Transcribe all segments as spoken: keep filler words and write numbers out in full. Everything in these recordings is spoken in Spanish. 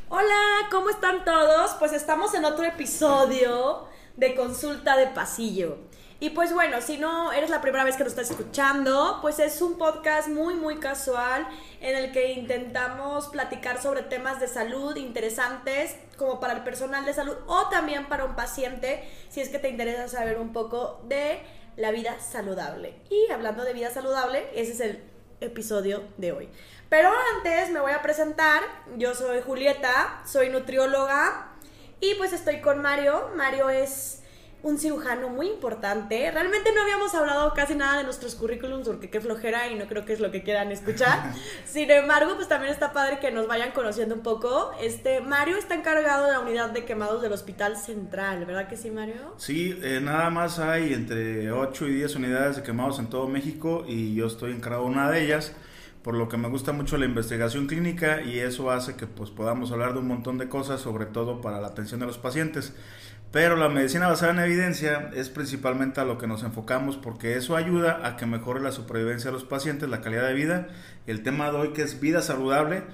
Hola, ¿cómo están todos? Pues estamos en otro episodio de Consulta de Pasillo. Y pues bueno, si no eres la primera vez que nos estás escuchando, pues es un podcast muy muy casual en el que intentamos platicar sobre temas de salud interesantes como para el personal de salud o también para un paciente si es que te interesa saber un poco de la vida saludable. Y hablando de vida saludable, ese es el episodio de hoy. Pero antes me voy a presentar. Yo soy Julieta, soy nutrióloga y pues estoy con Mario. Mario es un cirujano muy importante. Realmente no habíamos hablado casi nada de nuestros currículums porque qué flojera y no creo que es lo que quieran escuchar. Sin embargo, pues también está padre que nos vayan conociendo un poco. Este, Mario está encargado de la unidad de quemados del Hospital Central, ¿verdad que sí, Mario? Sí, eh, nada más hay entre ocho y diez unidades de quemados en todo México y yo estoy encargado de una de ellas, por lo que me gusta mucho la investigación clínica y eso hace que pues podamos hablar de un montón de cosas, sobre todo para la atención de los pacientes. Pero la medicina basada en evidencia es principalmente a lo que nos enfocamos porque eso ayuda a que mejore la supervivencia de los pacientes, la calidad de vida. El tema de hoy, que es vida saludable,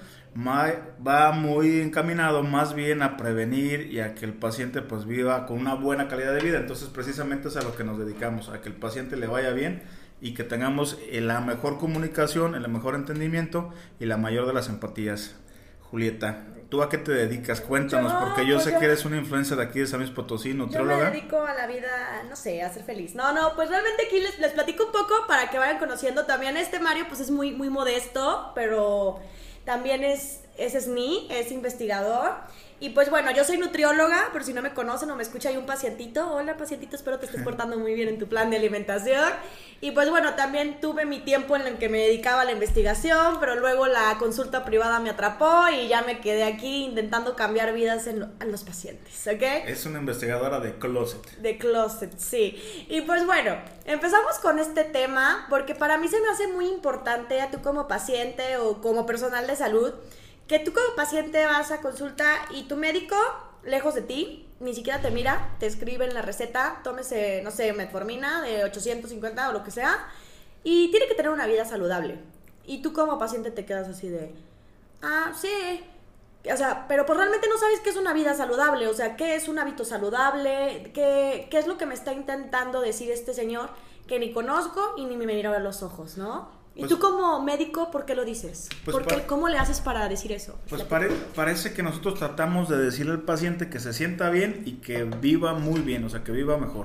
va muy encaminado más bien a prevenir y a que el paciente pues viva con una buena calidad de vida. Entonces precisamente es a lo que nos dedicamos, a que el paciente le vaya bien y que tengamos la mejor comunicación, el mejor entendimiento y la mayor de las empatías. Julieta, ¿tú a qué te dedicas? Cuéntanos, Yo, porque yo pues sé yo- que eres una influencer de aquí de San Luis Potosí, Yo me nutrióloga. dedico a la vida, no sé, a ser feliz. No, no, pues realmente aquí les, les platico un poco para que vayan conociendo. También este Mario pues es muy, muy modesto, pero también es, es S N I, es investigador. Y pues bueno, yo soy nutrióloga, pero si no me conocen o me escucha hay un pacientito. Hola pacientito, espero te estés portando muy bien en tu plan de alimentación. Y pues bueno, también tuve mi tiempo en el que me dedicaba a la investigación, pero luego la consulta privada me atrapó y ya me quedé aquí intentando cambiar vidas en, lo, en los pacientes, ¿ok? Es una investigadora de closet. De closet, sí. Y pues bueno, empezamos con este tema porque para mí se me hace muy importante a tú como paciente o como personal de salud que tú como paciente vas a consulta y tu médico, lejos de ti, ni siquiera te mira, te escribe en la receta, tómese, no sé, metformina de ochocientos cincuenta o lo que sea, y tiene que tener una vida saludable. Y tú como paciente te quedas así de, ah, sí, o sea, pero pues realmente no sabes qué es una vida saludable, o sea, qué es un hábito saludable, qué, qué es lo que me está intentando decir este señor que ni conozco y ni me mira a los ojos, ¿no? Y Pues- tú como médico, ¿por qué lo dices? Pues ¿Por qué- para- ¿Cómo le haces para decir eso? Pues pare- parece que nosotros tratamos de decirle al paciente que se sienta bien y que viva muy bien, o sea, que viva mejor.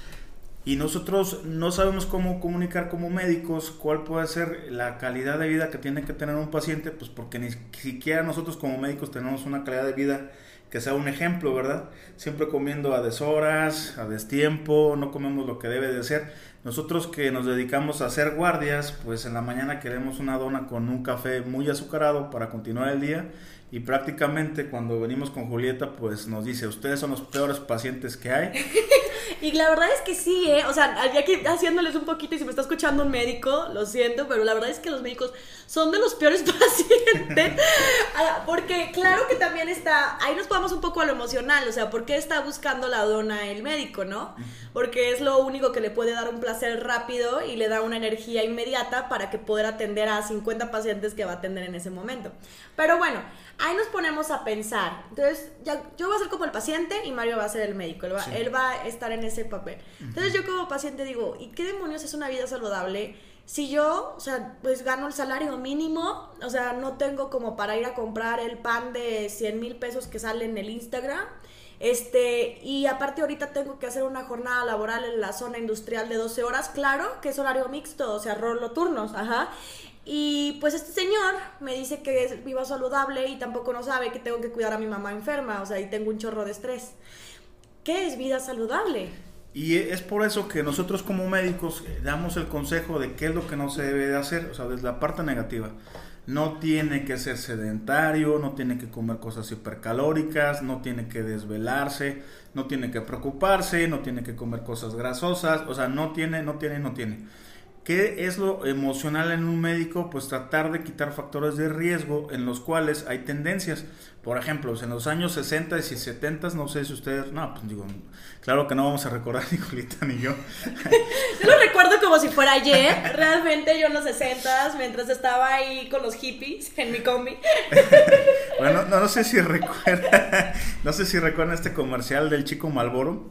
Y nosotros no sabemos cómo comunicar como médicos cuál puede ser la calidad de vida que tiene que tener un paciente, pues porque ni siquiera nosotros como médicos tenemos una calidad de vida que sea un ejemplo, ¿verdad? Siempre comiendo a deshoras, a destiempo, no comemos lo que debe de ser. Nosotros que nos dedicamos a hacer guardias, pues en la mañana queremos una dona con un café muy azucarado para continuar el día y prácticamente cuando venimos con Julieta, pues nos dice, ustedes son los peores pacientes que hay. Y la verdad es que sí, ¿eh? O sea, aquí haciéndoles un poquito y si me está escuchando un médico, lo siento, pero la verdad es que los médicos son de los peores pacientes. Porque claro que también está, ahí nos vamos un poco a lo emocional, o sea, ¿por qué está buscando la dona el médico, no? Porque es lo único que le puede dar un placer rápido y le da una energía inmediata para que poder atender a cincuenta pacientes que va a atender en ese momento. Pero bueno, ahí nos ponemos a pensar. Entonces, ya, yo voy a ser como el paciente y Mario va a ser el médico. Él va, Sí. él va a estar en ese papel. Entonces, yo como paciente digo, ¿y qué demonios es una vida saludable? Si yo, o sea, pues gano el salario mínimo, o sea, no tengo como para ir a comprar el pan de cien mil pesos que sale en el Instagram. Este, y aparte ahorita tengo que hacer una jornada laboral en la zona industrial de doce horas, claro, que es horario mixto, o sea, rolo turnos, ajá. Y pues este señor me dice que es viva saludable y tampoco no sabe que tengo que cuidar a mi mamá enferma, o sea, y tengo un chorro de estrés. ¿Qué es vida saludable? Y es por eso que nosotros como médicos damos el consejo de qué es lo que no se debe de hacer, o sea, desde la parte negativa. No tiene que ser sedentario, no tiene que comer cosas hipercalóricas, no tiene que desvelarse, no tiene que preocuparse, no tiene que comer cosas grasosas, o sea, no tiene, no tiene, no tiene. ¿Qué es lo emocional en un médico? Pues tratar de quitar factores de riesgo en los cuales hay tendencias. Por ejemplo, en los años sesenta y setenta, no sé si ustedes... No, pues digo, claro que no vamos a recordar ni Julieta ni yo. Yo lo recuerdo como si fuera ayer. Realmente yo en los sesenta, mientras estaba ahí con los hippies en mi combi. Bueno, no, no sé si recuerda, no sé si recuerdan este comercial del chico Marlboro,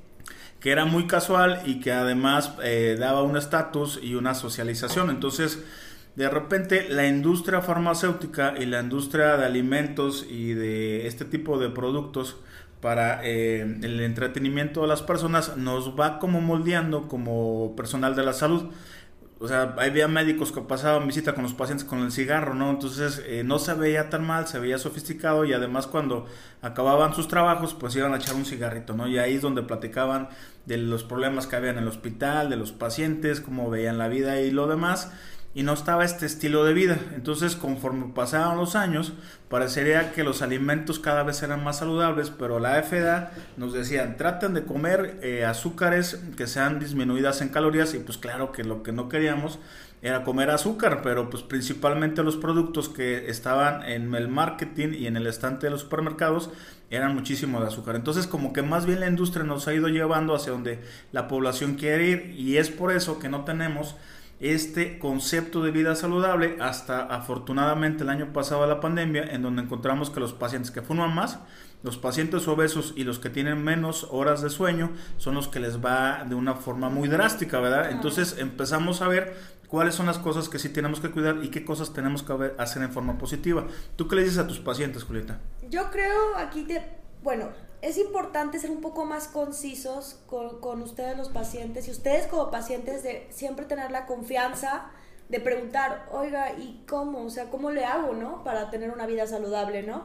que era muy casual y que además eh, daba un estatus y una socialización. Entonces, de repente, la industria farmacéutica y la industria de alimentos y de este tipo de productos para eh, el entretenimiento de las personas nos va como moldeando como personal de la salud. O sea, había médicos que pasaban visita con los pacientes con el cigarro, ¿no? Entonces eh, no se veía tan mal, se veía sofisticado, y además cuando acababan sus trabajos pues iban a echar un cigarrito, ¿no? Y ahí es donde platicaban de los problemas que había en el hospital, de los pacientes, cómo veían la vida y lo demás, y no estaba este estilo de vida. Entonces, conforme pasaban los años, parecería que los alimentos cada vez eran más saludables, pero la F D A nos decían, traten de comer eh, azúcares que sean disminuidas en calorías, y pues claro que lo que no queríamos era comer azúcar, pero pues principalmente los productos que estaban en el marketing y en el estante de los supermercados eran muchísimo de azúcar. Entonces, como que más bien la industria nos ha ido llevando hacia donde la población quiere ir, y es por eso que no tenemos este concepto de vida saludable hasta afortunadamente el año pasado de la pandemia, en donde encontramos que los pacientes que fuman más, los pacientes obesos y los que tienen menos horas de sueño son los que les va de una forma muy drástica, ¿verdad? Entonces empezamos a ver cuáles son las cosas que sí tenemos que cuidar y qué cosas tenemos que hacer en forma positiva. ¿Tú qué le dices a tus pacientes, Julieta? Yo creo aquí, te, bueno, es importante ser un poco más concisos con, con ustedes los pacientes, y ustedes como pacientes de siempre tener la confianza de preguntar, oiga, ¿y cómo? O sea, ¿cómo le hago, no? Para tener una vida saludable, ¿no?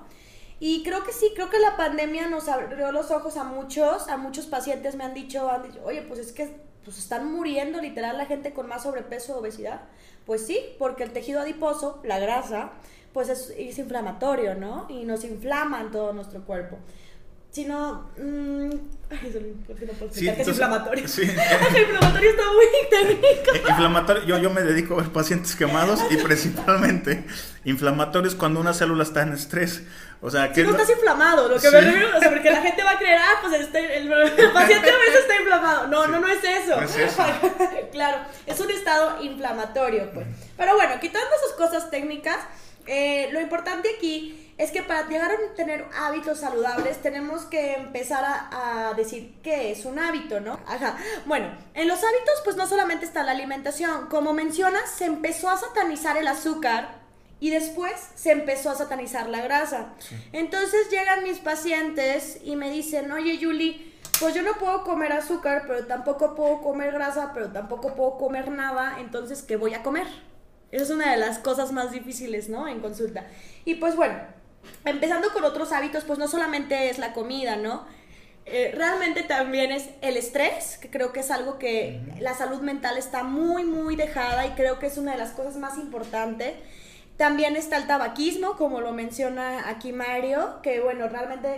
Y creo que sí, creo que la pandemia nos abrió los ojos a muchos, a muchos pacientes me han dicho, han dicho, oye, pues es que pues están muriendo literal la gente con más sobrepeso o obesidad. Pues sí, porque el tejido adiposo, la grasa, pues es, es inflamatorio, ¿no? Y nos inflama en todo nuestro cuerpo. Si no, mmm, ay, eso no puedo explicar, sí, que es inflamatorio. Sí. El inflamatorio está muy técnico. Inflamatorio, yo, yo me dedico a ver pacientes quemados, y principalmente inflamatorio es cuando una célula está en estrés. O sea, que si no es estás la... inflamado, lo que sí. me refiero, o sea, porque la gente va a creer, ah, pues este, el, el paciente a veces está inflamado. No, sí. no, no es eso. No es eso. Claro, es un estado inflamatorio, pues. Pero bueno, quitando esas cosas técnicas, eh, lo importante aquí es que para llegar a tener hábitos saludables tenemos que empezar a, a decir qué es un hábito, ¿no? Ajá. Bueno, en los hábitos pues no solamente está la alimentación. Como mencionas, se empezó a satanizar el azúcar y después se empezó a satanizar la grasa. Sí. Entonces llegan mis pacientes y me dicen, oye, Yuli, pues yo no puedo comer azúcar, pero tampoco puedo comer grasa, pero tampoco puedo comer nada, entonces, ¿qué voy a comer? Esa es una de las cosas más difíciles, ¿no? En consulta. Y pues bueno, empezando con otros hábitos, pues no solamente es la comida, ¿no? Eh, realmente también es el estrés, que creo que es algo que la salud mental está muy, muy dejada, y creo que es una de las cosas más importantes. También está el tabaquismo, como lo menciona aquí Mario, que bueno, realmente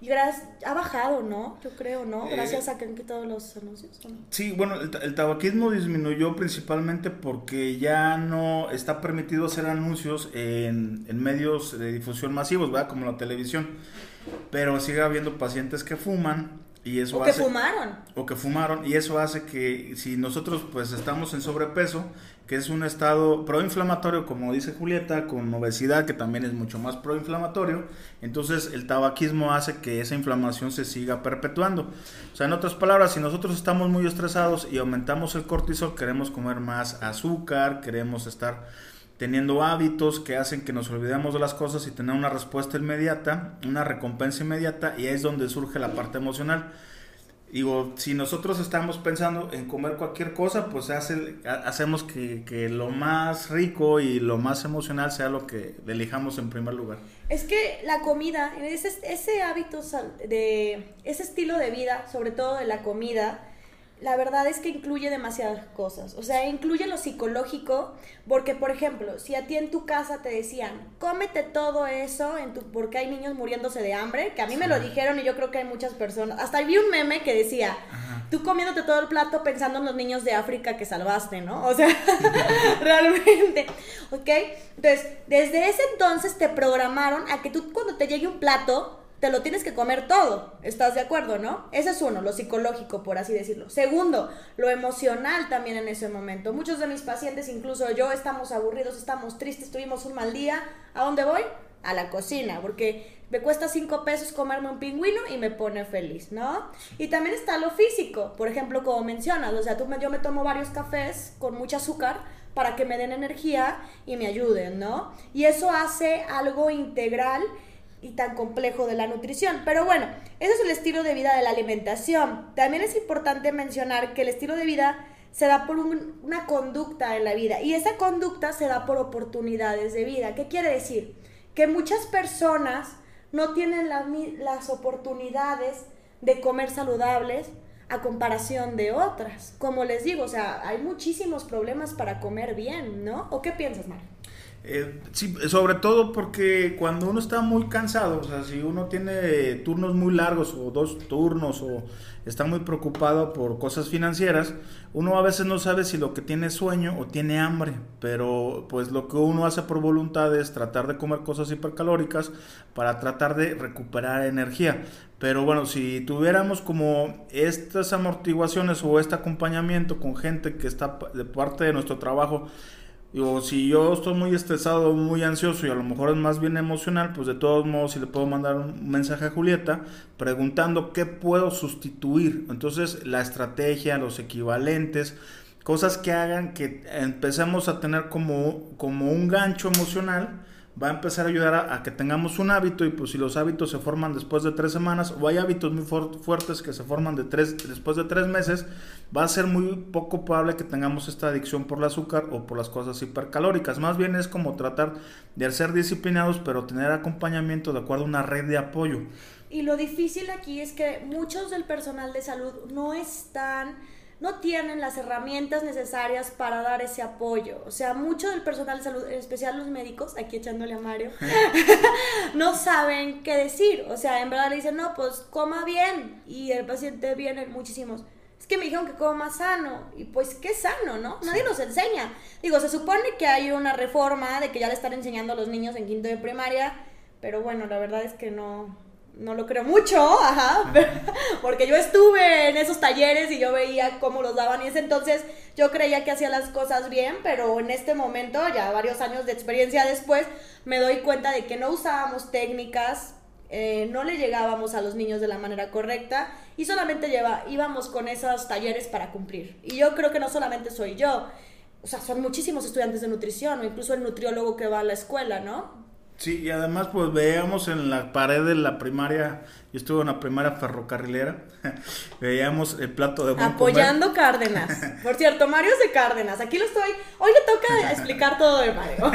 ha bajado, ¿no? Yo creo, ¿no? Gracias eh, a que han quitado los anuncios, ¿no? Sí, bueno, el, el tabaquismo disminuyó principalmente porque ya no está permitido hacer anuncios en, en medios de difusión masivos, ¿verdad? Como la televisión. Pero sigue habiendo pacientes que fuman, y eso o hace... que fumaron. O que fumaron, y eso hace que si nosotros pues estamos en sobrepeso, que es un estado proinflamatorio, como dice Julieta, con obesidad, que también es mucho más proinflamatorio, entonces el tabaquismo hace que esa inflamación se siga perpetuando. O sea, en otras palabras, si nosotros estamos muy estresados y aumentamos el cortisol, queremos comer más azúcar, queremos estar teniendo hábitos que hacen que nos olvidemos de las cosas y tener una respuesta inmediata, una recompensa inmediata, y ahí es donde surge la parte emocional. Digo, si nosotros estamos pensando en comer cualquier cosa, pues hace, hacemos que, que lo más rico y lo más emocional sea lo que elijamos en primer lugar. Es que la comida, ese, ese hábito, de ese estilo de vida, sobre todo de la comida, la verdad es que incluye demasiadas cosas. O sea, incluye lo psicológico, porque, por ejemplo, si a ti en tu casa te decían, cómete todo eso, en tu, porque hay niños muriéndose de hambre, que a mí sí. me lo dijeron y yo creo que hay muchas personas. Hasta vi un meme que decía, ajá, tú comiéndote todo el plato pensando en los niños de África que salvaste, ¿no? O sea, realmente, ¿ok? Entonces, desde ese entonces te programaron a que tú cuando te llegue un plato, te lo tienes que comer todo, ¿estás de acuerdo, no? Ese es uno, lo psicológico, por así decirlo. Segundo, lo emocional también en ese momento. Muchos de mis pacientes, incluso yo, estamos aburridos, estamos tristes, tuvimos un mal día. ¿A dónde voy? A la cocina, porque me cuesta cinco pesos comerme un pingüino y me pone feliz, ¿no? Y también está lo físico, por ejemplo, como mencionas, o sea, tú me, yo me tomo varios cafés con mucho azúcar para que me den energía y me ayuden, ¿no? Y eso hace algo integral y tan complejo de la nutrición. Pero bueno, ese es el estilo de vida de la alimentación. También es importante mencionar que el estilo de vida se da por un, una conducta en la vida, y esa conducta se da por oportunidades de vida. ¿Qué quiere decir? Que muchas personas no tienen la, las oportunidades de comer saludables a comparación de otras. Como les digo, o sea, hay muchísimos problemas para comer bien, ¿no? ¿O qué piensas, Mario? Eh, sí, sobre todo porque cuando uno está muy cansado, o sea, si uno tiene turnos muy largos o dos turnos o está muy preocupado por cosas financieras, uno a veces no sabe si lo que tiene es sueño o tiene hambre, pero pues lo que uno hace por voluntad es tratar de comer cosas hipercalóricas para tratar de recuperar energía. Pero bueno, si tuviéramos como estas amortiguaciones o este acompañamiento con gente que está de parte de nuestro trabajo, o si yo estoy muy estresado, muy ansioso y a lo mejor es más bien emocional, pues de todos modos si le puedo mandar un mensaje a Julieta preguntando qué puedo sustituir. Entonces la estrategia, los equivalentes, cosas que hagan que empecemos a tener como, como un gancho emocional, va a empezar a ayudar a, a que tengamos un hábito. Y pues si los hábitos se forman después de tres semanas o hay hábitos muy fu- fuertes que se forman de tres, después de tres meses, va a ser muy poco probable que tengamos esta adicción por el azúcar o por las cosas hipercalóricas. Más bien es como tratar de ser disciplinados, pero tener acompañamiento de acuerdo a una red de apoyo. Y lo difícil aquí es que muchos del personal de salud no están... no tienen las herramientas necesarias para dar ese apoyo. O sea, mucho del personal de salud, en especial los médicos, aquí echándole a Mario, no saben qué decir. O sea, en verdad le dicen, no, pues coma bien. Y el paciente viene muchísimos, es que me dijeron que coma sano. Y pues, ¿qué sano, no? Nadie nos enseña. Digo, se supone que hay una reforma de que ya le están enseñando a los niños en quinto de primaria, pero bueno, la verdad es que no... no lo creo mucho, ajá, pero, porque yo estuve en esos talleres y yo veía cómo los daban y ese entonces yo creía que hacía las cosas bien, pero en este momento, ya varios años de experiencia después, me doy cuenta de que no usábamos técnicas, eh, no le llegábamos a los niños de la manera correcta y solamente lleva, íbamos con esos talleres para cumplir. Y yo creo que no solamente soy yo, o sea, son muchísimos estudiantes de nutrición o incluso el nutriólogo que va a la escuela, ¿no? Sí, y además pues veíamos en la pared de la primaria, yo estuve en la primaria ferrocarrilera, veíamos el plato de buen apoyando comer. Cárdenas. Por cierto, Mario es de Cárdenas, aquí lo estoy, hoy le toca explicar todo de Mario.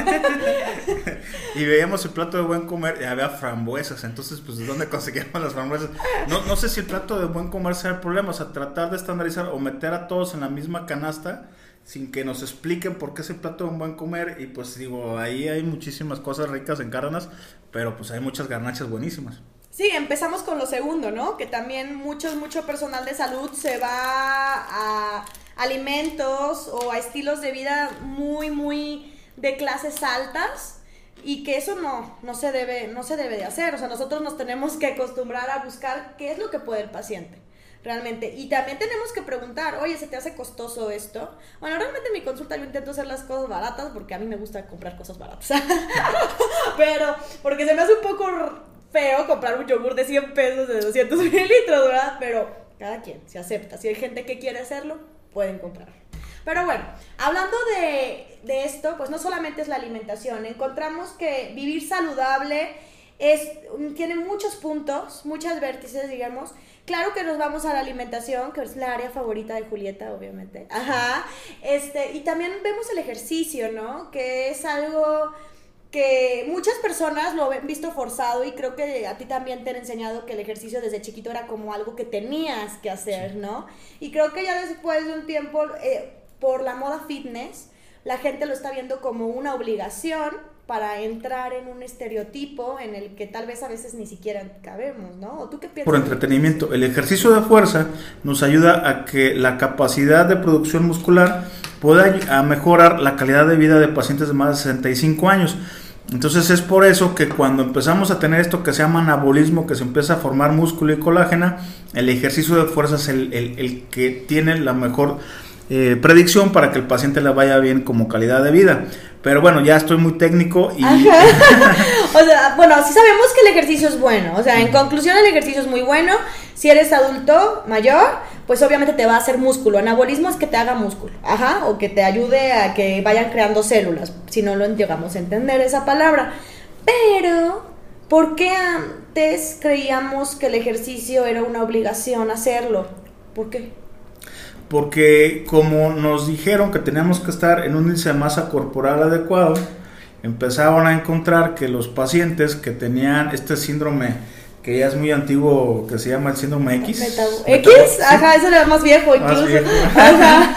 Y veíamos el plato de buen comer y había frambuesas, entonces pues ¿de dónde conseguíamos las frambuesas? No, no sé si el plato de buen comer sea el problema, o sea, tratar de estandarizar o meter a todos en la misma canasta sin que nos expliquen por qué es el plato de un buen comer. Y pues digo, ahí hay muchísimas cosas ricas en Cárdenas, pero pues hay muchas garnachas buenísimas. Sí, empezamos con lo segundo, ¿no? Que también mucho, mucho personal de salud se va a alimentos o a estilos de vida muy, muy de clases altas y que eso no, no se debe, no se debe de hacer. O sea, nosotros nos tenemos que acostumbrar a buscar qué es lo que puede el paciente. Realmente, y también tenemos que preguntar, oye, ¿se te hace costoso esto? Bueno, realmente en mi consulta yo intento hacer las cosas baratas porque a mí me gusta comprar cosas baratas. Pero, porque se me hace un poco feo comprar un yogur de cien pesos de doscientos mililitros, ¿verdad? Pero cada quien se acepta. Si hay gente que quiere hacerlo, pueden comprarlo. Pero bueno, hablando de, de esto, pues no solamente es la alimentación. Encontramos que vivir saludable es, tiene muchos puntos, muchas vértices, digamos. Claro que nos vamos a la alimentación, que es la área favorita de Julieta, obviamente. Ajá. Este, y también vemos el ejercicio, ¿no? Que es algo que muchas personas lo han visto forzado y creo que a ti también te han enseñado que el ejercicio desde chiquito era como algo que tenías que hacer, ¿no? Y creo que ya después de un tiempo, eh, por la moda fitness, la gente lo está viendo como una obligación para entrar en un estereotipo en el que tal vez a veces ni siquiera cabemos, ¿no? ¿O tú qué piensas? Por entretenimiento. El ejercicio de fuerza nos ayuda a que la capacidad de producción muscular pueda a mejorar la calidad de vida de pacientes de más de sesenta y cinco años. Entonces es por eso que cuando empezamos a tener esto que se llama anabolismo, que se empieza a formar músculo y colágena, el ejercicio de fuerza es el, el, el que tiene la mejor eh, predicción para que el paciente le vaya bien como calidad de vida. Pero bueno, ya estoy muy técnico y... O sea, bueno, sí sabemos que el ejercicio es bueno. O sea, en conclusión, el ejercicio es muy bueno. Si eres adulto mayor, pues obviamente te va a hacer músculo. Anabolismo es que te haga músculo, ajá, o que te ayude a que vayan creando células, si no lo llegamos a entender esa palabra. Pero, ¿por qué antes creíamos que el ejercicio era una obligación hacerlo? ¿Por qué? Porque como nos dijeron que teníamos que estar en un índice de masa corporal adecuado, empezaron a encontrar que los pacientes que tenían este síndrome, que ya es muy antiguo, que se llama el síndrome X. Metabo- ¿X? Sí. Ajá, eso era más viejo incluso. Más viejo. Ajá.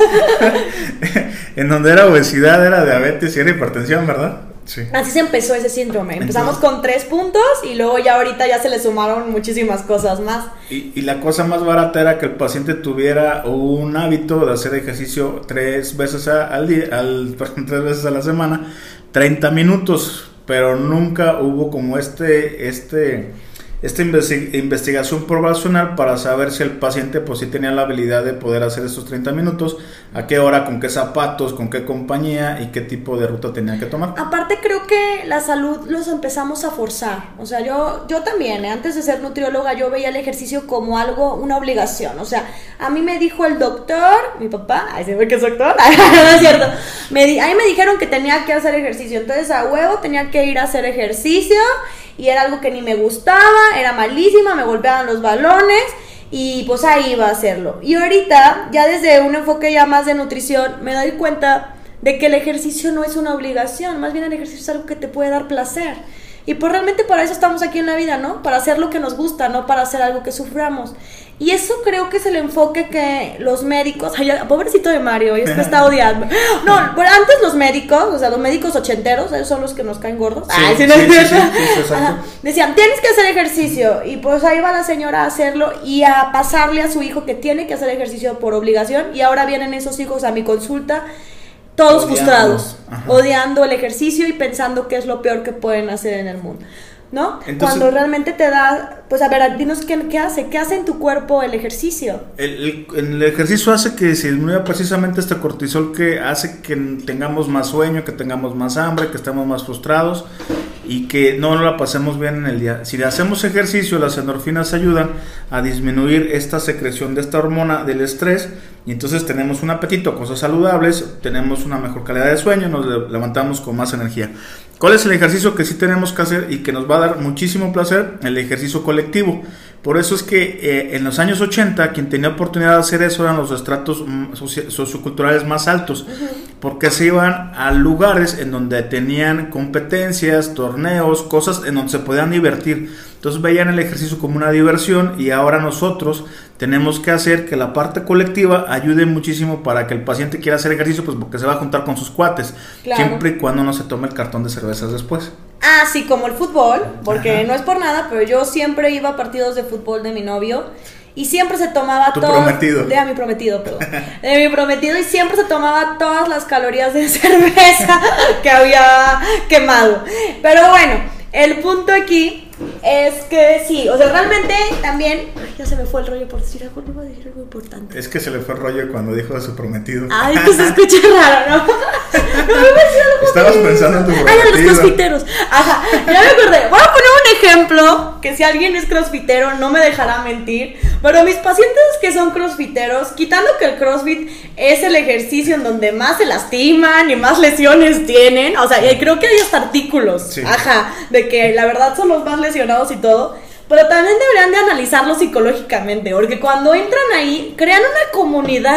En donde era obesidad, era diabetes y era hipertensión, ¿verdad? Sí. Así se empezó ese síndrome. Empezamos Entonces, con tres puntos y luego ya ahorita ya se le sumaron muchísimas cosas más. Y, y la cosa más barata era que el paciente tuviera un hábito de hacer ejercicio tres veces a, al día, al, perdón, tres veces a la semana, treinta minutos, pero nunca hubo como este, este, esta investigación poblacional para saber si el paciente pues sí tenía la habilidad de poder hacer estos treinta minutos, a qué hora, con qué zapatos, con qué compañía y qué tipo de ruta tenía que tomar. Aparte creo que la salud los empezamos a forzar, o sea, yo, yo también, ¿eh? Antes de ser nutrióloga yo veía el ejercicio como algo, una obligación, o sea, a mí me dijo el doctor, mi papá, ay, se ve que es doctor, no es cierto, me di, a mí me dijeron que tenía que hacer ejercicio, entonces a huevo tenía que ir a hacer ejercicio y era algo que ni me gustaba, era malísima, me golpeaban los balones y pues ahí iba a hacerlo. Y ahorita, ya desde un enfoque ya más de nutrición, me doy cuenta de que el ejercicio no es una obligación, más bien el ejercicio es algo que te puede dar placer. Y pues realmente para eso estamos aquí en la vida, ¿no? Para hacer lo que nos gusta, no para hacer algo que suframos. Y eso creo que es el enfoque que los médicos... Ay, pobrecito de Mario, es que está odiando. No, pero antes los médicos, o sea, los médicos ochenteros, esos son los que nos caen gordos. Sí, Ay, sí, ¿sí no sí, es sí, sí, sí, decían, tienes que hacer ejercicio. Y pues ahí va la señora a hacerlo y a pasarle a su hijo que tiene que hacer ejercicio por obligación. Y ahora vienen esos hijos a mi consulta todos odiando, frustrados, ajá, odiando el ejercicio y pensando que es lo peor que pueden hacer en el mundo, ¿no? Entonces, cuando realmente te da, pues a ver, dinos qué, qué hace, qué hace en tu cuerpo el ejercicio. El, el, el ejercicio hace que se disminuya precisamente este cortisol que hace que tengamos más sueño, que tengamos más hambre, que estemos más frustrados y que no la pasemos bien en el día. Si hacemos ejercicio, las endorfinas ayudan a disminuir esta secreción de esta hormona del estrés y entonces tenemos un apetito, cosas saludables, tenemos una mejor calidad de sueño, nos levantamos con más energía. ¿Cuál es el ejercicio que sí tenemos que hacer y que nos va a dar muchísimo placer? El ejercicio colectivo. Por eso es que eh, en los años ochenta quien tenía oportunidad de hacer eso eran los estratos socio- socioculturales más altos, uh-huh, porque se iban a lugares en donde tenían competencias, torneos, cosas en donde se podían divertir. Entonces veían el ejercicio como una diversión y ahora nosotros tenemos que hacer que la parte colectiva ayude muchísimo para que el paciente quiera hacer ejercicio, pues porque se va a juntar con sus cuates, claro, siempre y cuando no se tome el cartón de cervezas después. Ah, sí, como el fútbol, porque ajá, no es por nada, pero yo siempre iba a partidos de fútbol de mi novio y siempre se tomaba tu todo prometido. De a mi prometido, perdón. De mi prometido y siempre se tomaba todas las calorías de cerveza que había quemado. Pero bueno, el punto aquí es que sí, o sea, realmente también... Ay, ya se me fue el rollo por decir algo, no iba a decir algo importante. Es que se le fue el rollo cuando dijo de su prometido. Ay, que se escucha raro, ¿no? No me iba a decir algo. Estabas bien pensando en tu prometido. Ay, de los crossfiteros. Ajá, ya me acordé. Voy a poner un ejemplo, que si alguien es crossfitero no me dejará mentir, pero mis pacientes que son crossfiteros, quitando que el crossfit es el ejercicio en donde más se lastiman y más lesiones tienen, o sea, y creo que hay hasta artículos, sí, ajá, de que la verdad son los más lesionados y todo, pero también deberían de analizarlo psicológicamente, porque cuando entran ahí, crean una comunidad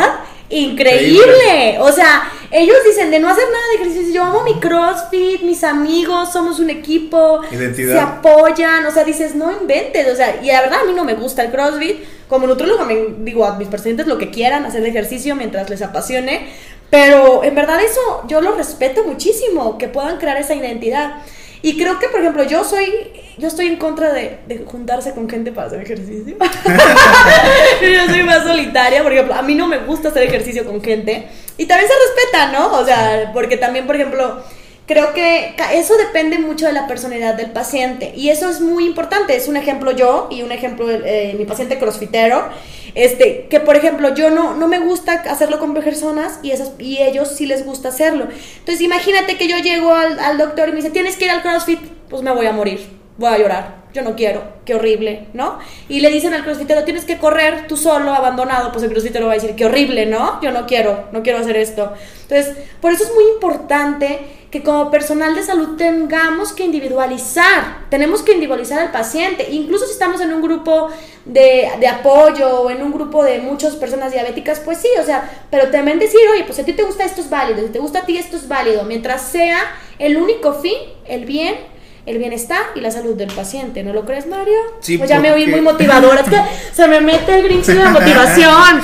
increíble. increíble. O sea, ellos dicen de no hacer nada de ejercicio. Yo amo mi CrossFit, mis amigos, somos un equipo. Identidad. Se apoyan. O sea, dices, no inventes. O sea, y la verdad a mí no me gusta el CrossFit. Como nutrióloga me digo a mis pacientes lo que quieran, hacer ejercicio mientras les apasione. Pero en verdad eso yo lo respeto muchísimo, que puedan crear esa identidad. Y creo que, por ejemplo, yo soy yo estoy en contra de, de juntarse con gente para hacer ejercicio. Yo soy más solitaria, por ejemplo, a mí no me gusta hacer ejercicio con gente. Y también se respeta, ¿no? O sea, porque también, por ejemplo, creo que eso depende mucho de la personalidad del paciente. Y eso es muy importante. Es un ejemplo yo y un ejemplo eh, mi paciente crossfitero. Este, que por ejemplo yo no, no me gusta hacerlo con personas y, esas, y ellos sí les gusta hacerlo. Entonces imagínate que yo llego al, al doctor y me dice, tienes que ir al CrossFit, pues me voy a morir, voy a llorar, yo no quiero, qué horrible, ¿no? Y le dicen al crossfitero, tienes que correr tú solo, abandonado, pues el crossfitero va a decir, qué horrible, ¿no? Yo no quiero, no quiero hacer esto. Entonces, por eso es muy importante que como personal de salud tengamos que individualizar, tenemos que individualizar al paciente, incluso si estamos en un grupo de, de apoyo o en un grupo de muchas personas diabéticas, pues sí, o sea, pero también decir, oye, pues si a ti te gusta esto es válido, si te gusta a ti esto es válido, mientras sea el único fin, el bien, el bienestar y la salud del paciente, ¿no lo crees, Mario? Sí, pues ya porque... me oí muy motivadora, es que se me mete el grinch de la motivación.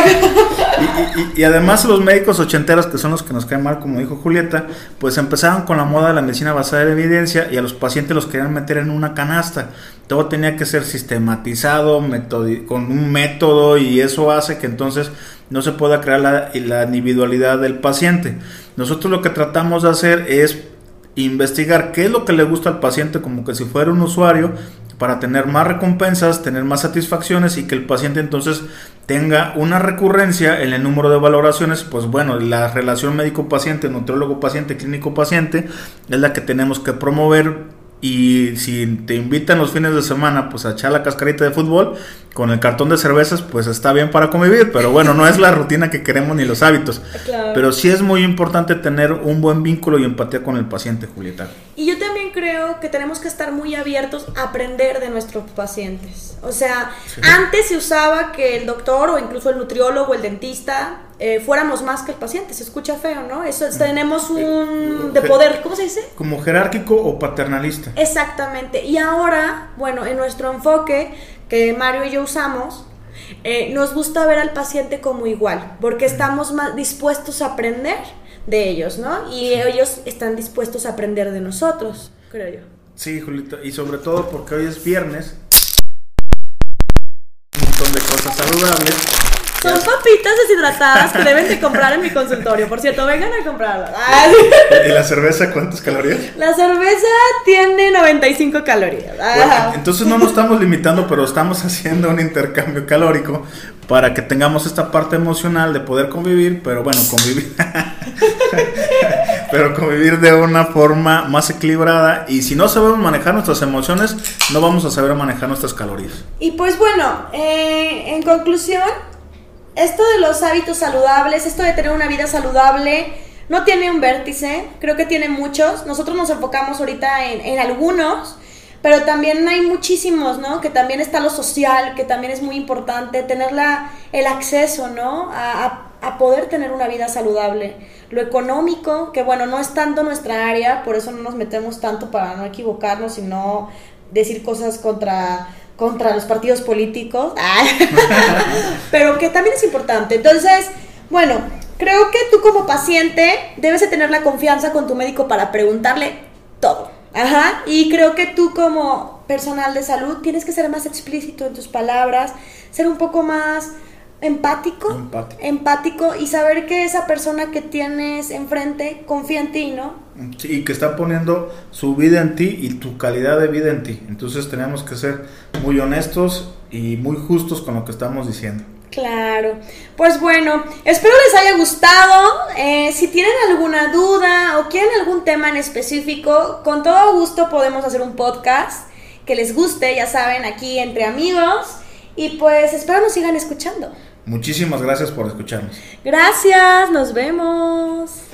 y, y, y además los médicos ochenteros, que son los que nos caen mal, como dijo Julieta, pues empezaron con la moda de la medicina basada en evidencia y a los pacientes los querían meter en una canasta. Todo tenía que ser sistematizado, metodi- con un método, y eso hace que entonces no se pueda crear la, la individualidad del paciente. Nosotros lo que tratamos de hacer es investigar qué es lo que le gusta al paciente, como que si fuera un usuario, para tener más recompensas, tener más satisfacciones y que el paciente entonces tenga una recurrencia en el número de valoraciones. Pues bueno, la relación médico-paciente, nutriólogo-paciente, clínico-paciente es la que tenemos que promover. Y si te invitan los fines de semana pues a echar la cascarita de fútbol con el cartón de cervezas, pues está bien para convivir, pero bueno, no es la rutina que queremos ni los hábitos. Claro. Pero sí es muy importante tener un buen vínculo y empatía con el paciente, Julieta. Y yo también creo que tenemos que estar muy abiertos a aprender de nuestros pacientes. O sea, sí. Antes se usaba que el doctor o incluso el nutriólogo, el dentista, eh, fuéramos más que el paciente. Se escucha feo, ¿no? Eso es, tenemos un de poder, ¿cómo se dice? Como jerárquico o paternalista. Exactamente. Y ahora, bueno, en nuestro enfoque que Mario y yo usamos, eh, nos gusta ver al paciente como igual, porque estamos más dispuestos a aprender de ellos, ¿no? Y sí. Ellos están dispuestos a aprender de nosotros, creo yo. Sí, Julita, y sobre todo porque hoy es viernes, un montón de cosas saludables. Son papitas deshidratadas que deben de comprar en mi consultorio. Por cierto, vengan a comprarlas. ¿Y la cerveza cuántas calorías? La cerveza tiene noventa y cinco calorías. Bueno, entonces no nos estamos limitando, pero estamos haciendo un intercambio calórico para que tengamos esta parte emocional de poder convivir, pero bueno, convivir pero convivir de una forma más equilibrada. Y si no sabemos manejar nuestras emociones, no vamos a saber manejar nuestras calorías. Y pues bueno, eh, en conclusión, esto de los hábitos saludables, esto de tener una vida saludable, no tiene un vértice, creo que tiene muchos. Nosotros nos enfocamos ahorita en, en algunos, pero también hay muchísimos, ¿no? Que también está lo social, que también es muy importante, tener la, el acceso, ¿no? A, a, a poder tener una vida saludable. Lo económico, que bueno, no es tanto nuestra área, por eso no nos metemos tanto para no equivocarnos y no decir cosas contra... contra los partidos políticos, pero que también es importante. Entonces, bueno, creo que tú como paciente debes de tener la confianza con tu médico para preguntarle todo. Ajá. Y creo que tú como personal de salud tienes que ser más explícito en tus palabras, ser un poco más empático, empático, empático y saber que esa persona que tienes enfrente confía en ti, ¿no? Sí, y que está poniendo su vida en ti y tu calidad de vida en ti. Entonces tenemos que ser muy honestos y muy justos con lo que estamos diciendo. Claro, pues bueno, espero les haya gustado. Eh, si tienen alguna duda o quieren algún tema en específico, con todo gusto podemos hacer un podcast que les guste, ya saben, aquí entre amigos. Y pues espero nos sigan escuchando. Muchísimas gracias por escucharnos. Gracias, nos vemos.